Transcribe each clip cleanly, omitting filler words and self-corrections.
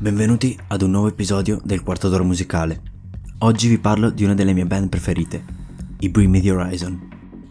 Benvenuti ad un nuovo episodio del Quarto d'Ora Musicale. Oggi vi parlo di una delle mie band preferite, i Bring Me The Horizon.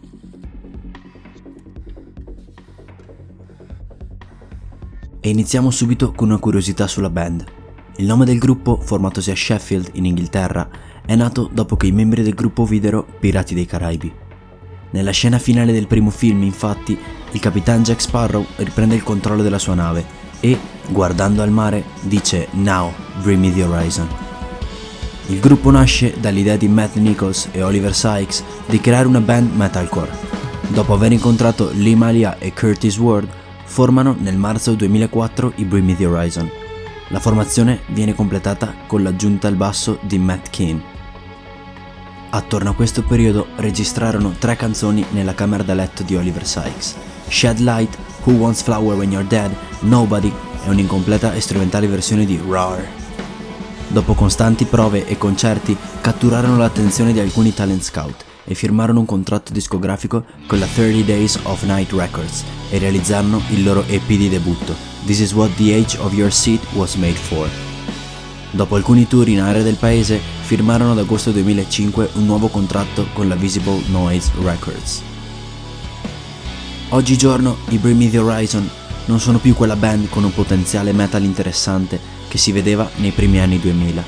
E iniziamo subito con una curiosità sulla band. Il nome del gruppo, formatosi a Sheffield, in Inghilterra, è nato dopo che i membri del gruppo videro Pirati dei Caraibi. Nella scena finale del primo film, infatti, il capitano Jack Sparrow riprende il controllo della sua nave e, guardando al mare, dice "Now, bring me the horizon". Il gruppo nasce dall'idea di Matt Nichols e Oliver Sykes di creare una band metalcore. Dopo aver incontrato Lee Malia e Curtis Ward, formano nel marzo 2004 i Bring Me The Horizon. La formazione viene completata con l'aggiunta al basso di Matt Keane. Attorno a questo periodo registrarono 3 canzoni nella camera da letto di Oliver Sykes: Shed Light, Who Wants Flower When You're Dead, Nobody e un'incompleta e strumentale versione di Roar. Dopo costanti prove e concerti catturarono l'attenzione di alcuni talent scout e firmarono un contratto discografico con la 30 Days of Night Records e realizzarono il loro EP di debutto, This Is What the Age of Your Seat Was Made For. Dopo alcuni tour in area del paese, firmarono ad agosto 2005 un nuovo contratto con la Visible Noise Records. Oggigiorno i Bring Me The Horizon non sono più quella band con un potenziale metal interessante che si vedeva nei primi anni 2000.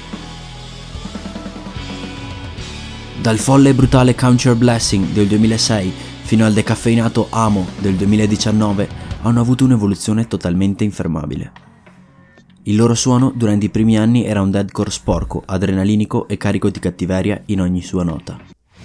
Dal folle e brutale Count Your Blessing del 2006 fino al decaffeinato Amo del 2019 hanno avuto un'evoluzione totalmente infermabile. Il loro suono durante i primi anni era un deathcore sporco, adrenalinico e carico di cattiveria in ogni sua nota.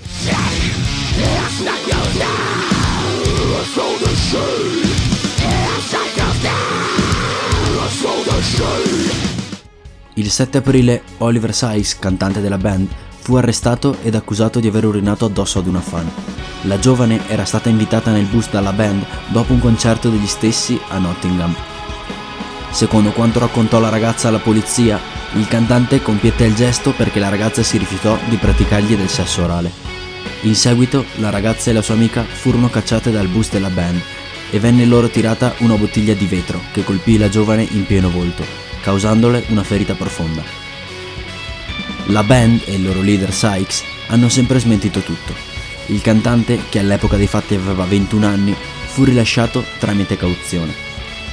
Il 7 aprile Oliver Sykes, cantante della band, fu arrestato ed accusato di aver urinato addosso ad una fan. La giovane era stata invitata nel bus dalla band dopo un concerto degli stessi a Nottingham. Secondo quanto raccontò la ragazza alla polizia, il cantante compiette il gesto perché la ragazza si rifiutò di praticargli del sesso orale. In seguito la ragazza e la sua amica furono cacciate dal bus della band e venne loro tirata una bottiglia di vetro che colpì la giovane in pieno volto, causandole una ferita profonda. La band e il loro leader Sykes hanno sempre smentito tutto. Il cantante, che all'epoca dei fatti aveva 21 anni, fu rilasciato tramite cauzione.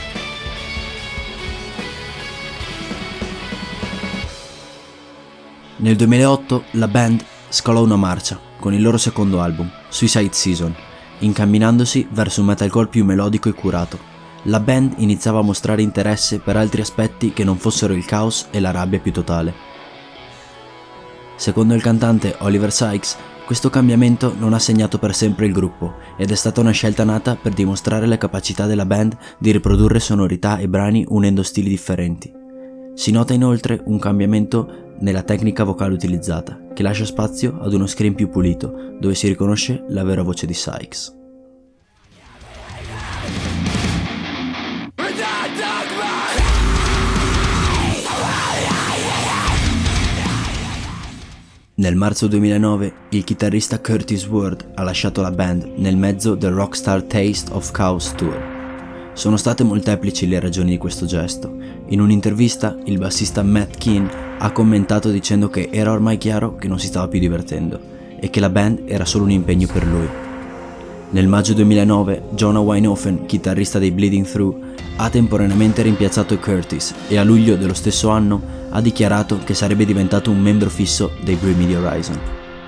Nel 2008 la band scalò una marcia con il loro secondo album, Suicide Season, incamminandosi verso un metalcore più melodico e curato. La band iniziava a mostrare interesse per altri aspetti che non fossero il caos e la rabbia più totale. Secondo il cantante Oliver Sykes, questo cambiamento non ha segnato per sempre il gruppo ed è stata una scelta nata per dimostrare la capacità della band di riprodurre sonorità e brani unendo stili differenti. Si nota inoltre un cambiamento nella tecnica vocale utilizzata, che lascia spazio ad uno scream più pulito, dove si riconosce la vera voce di Sykes. Nel marzo 2009 il chitarrista Curtis Ward ha lasciato la band nel mezzo del Rockstar Taste of Chaos Tour. Sono state molteplici le ragioni di questo gesto. In un'intervista il bassista Matt Keane ha commentato dicendo che era ormai chiaro che non si stava più divertendo e che la band era solo un impegno per lui. Nel maggio 2009 Jonah Winehofen, chitarrista dei Bleeding Through, ha temporaneamente rimpiazzato Curtis e a luglio dello stesso anno ha dichiarato che sarebbe diventato un membro fisso dei Bring Me The Horizon.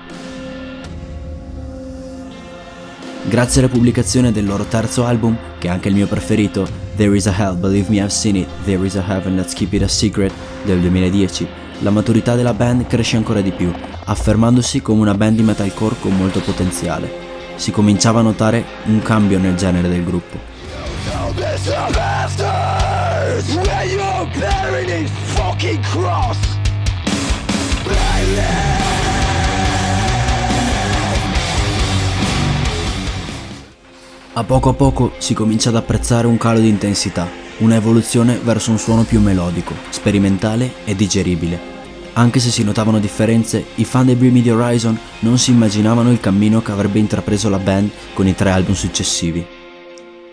Grazie alla pubblicazione del loro terzo album, che è anche il mio preferito, There Is a Hell, Believe Me I've Seen It, There Is a Heaven, Let's Keep It a Secret, del 2010, la maturità della band cresce ancora di più, affermandosi come una band di metalcore con molto potenziale. Si cominciava a notare un cambio nel genere del gruppo. A poco si comincia ad apprezzare un calo di intensità, una evoluzione verso un suono più melodico, sperimentale e digeribile. Anche se si notavano differenze, i fan dei Bring Me The Horizon non si immaginavano il cammino che avrebbe intrapreso la band con i 3 album successivi.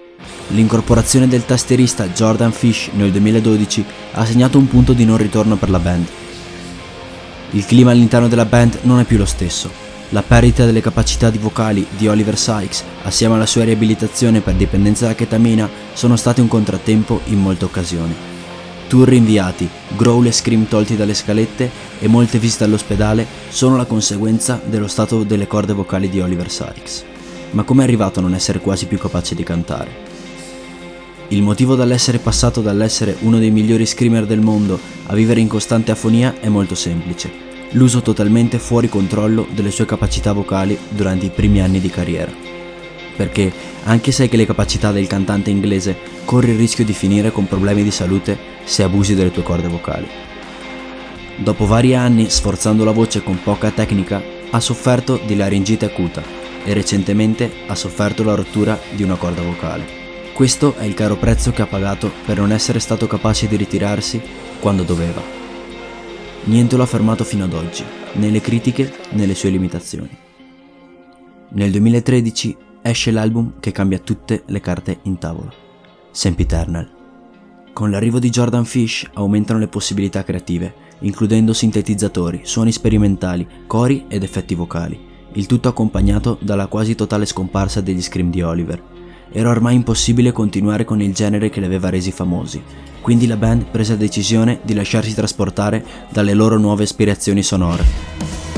L'incorporazione del tastierista Jordan Fish nel 2012 ha segnato un punto di non ritorno per la band. Il clima all'interno della band non è più lo stesso. La perdita delle capacità di vocali di Oliver Sykes, assieme alla sua riabilitazione per dipendenza da chetamina, sono stati un contrattempo in molte occasioni. Tour rinviati, growl e scream tolti dalle scalette e molte visite all'ospedale sono la conseguenza dello stato delle corde vocali di Oliver Sykes. Ma come è arrivato a non essere quasi più capace di cantare? Il motivo dall'essere passato dall'essere uno dei migliori screamer del mondo a vivere in costante afonia è molto semplice: l'uso totalmente fuori controllo delle sue capacità vocali durante i primi anni di carriera. Perché, anche se hai le capacità del cantante inglese, corri il rischio di finire con problemi di salute se abusi delle tue corde vocali. Dopo vari anni sforzando la voce con poca tecnica, ha sofferto di laringite acuta e recentemente ha sofferto la rottura di una corda vocale. Questo è il caro prezzo che ha pagato per non essere stato capace di ritirarsi quando doveva. Niente lo ha fermato fino ad oggi, né le critiche né le sue limitazioni. Nel 2013 esce l'album che cambia tutte le carte in tavola, Sempiternal. Con l'arrivo di Jordan Fish aumentano le possibilità creative, includendo sintetizzatori, suoni sperimentali, cori ed effetti vocali, il tutto accompagnato dalla quasi totale scomparsa degli scream di Oliver. Era ormai impossibile continuare con il genere che li aveva resi famosi, quindi la band prese la decisione di lasciarsi trasportare dalle loro nuove ispirazioni sonore.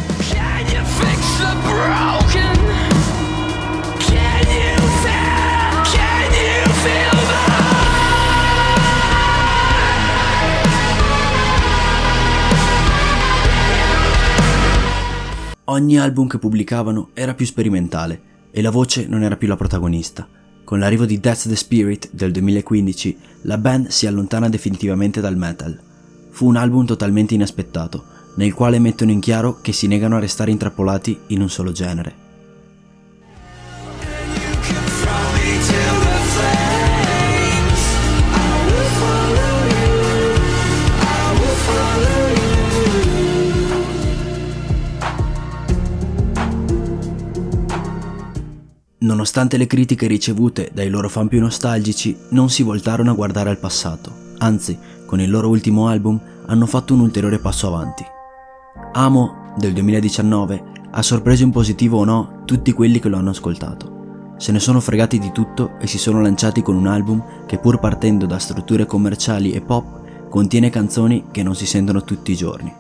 Ogni album che pubblicavano era più sperimentale e la voce non era più la protagonista. Con l'arrivo di That's the Spirit del 2015, la band si allontana definitivamente dal metal. Fu un album totalmente inaspettato, nel quale mettono in chiaro che si negano a restare intrappolati in un solo genere. Nonostante le critiche ricevute dai loro fan più nostalgici, non si voltarono a guardare al passato, anzi, con il loro ultimo album hanno fatto un ulteriore passo avanti. Amo, del 2019, ha sorpreso in positivo o no tutti quelli che lo hanno ascoltato. Se ne sono fregati di tutto e si sono lanciati con un album che, pur partendo da strutture commerciali e pop, contiene canzoni che non si sentono tutti i giorni.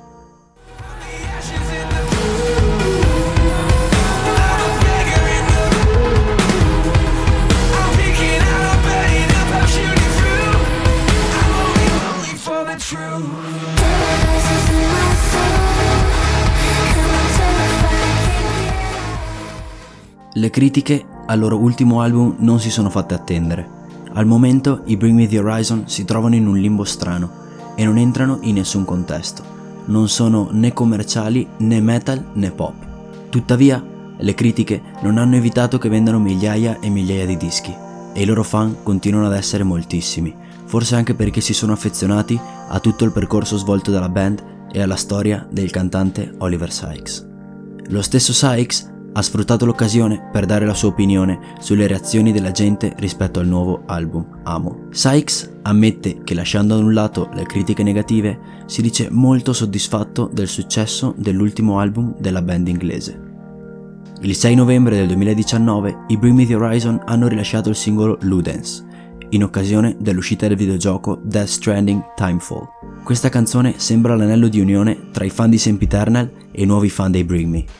Le critiche al loro ultimo album non si sono fatte attendere. Al momento i Bring Me The Horizon si trovano in un limbo strano e non entrano in nessun contesto. Non sono né commerciali né metal né pop. Tuttavia, le critiche non hanno evitato che vendano migliaia e migliaia di dischi e i loro fan continuano ad essere moltissimi, forse anche perché si sono affezionati a tutto il percorso svolto dalla band e alla storia del cantante Oliver Sykes. Lo stesso Sykes ha sfruttato l'occasione per dare la sua opinione sulle reazioni della gente rispetto al nuovo album Amo. Sykes ammette che, lasciando ad un lato le critiche negative, si dice molto soddisfatto del successo dell'ultimo album della band inglese. Il 6 novembre del 2019 i Bring Me The Horizon hanno rilasciato il singolo Ludens, in occasione dell'uscita del videogioco Death Stranding Timefall. Questa canzone sembra l'anello di unione tra i fan di Sempiternal e i nuovi fan dei Bring Me.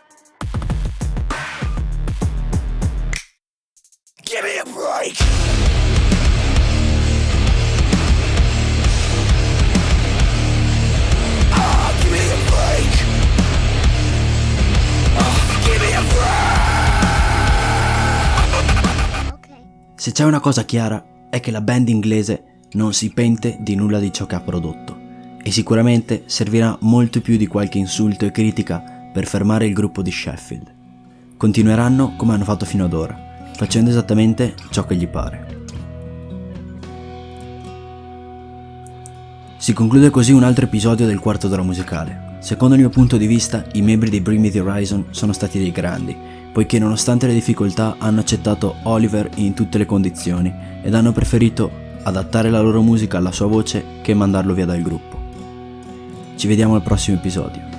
Give me a break! Give me a break! Give me a break! Okay. Se c'è una cosa chiara è che la band inglese non si pente di nulla di ciò che ha prodotto e sicuramente servirà molto più di qualche insulto e critica per fermare il gruppo di Sheffield. Continueranno come hanno fatto fino ad ora, facendo esattamente ciò che gli pare. Si conclude così un altro episodio del Quarto d'ora musicale. Secondo il mio punto di vista, i membri dei Bring Me The Horizon sono stati dei grandi, poiché nonostante le difficoltà hanno accettato Oliver in tutte le condizioni ed hanno preferito adattare la loro musica alla sua voce che mandarlo via dal gruppo. Ci vediamo al prossimo episodio.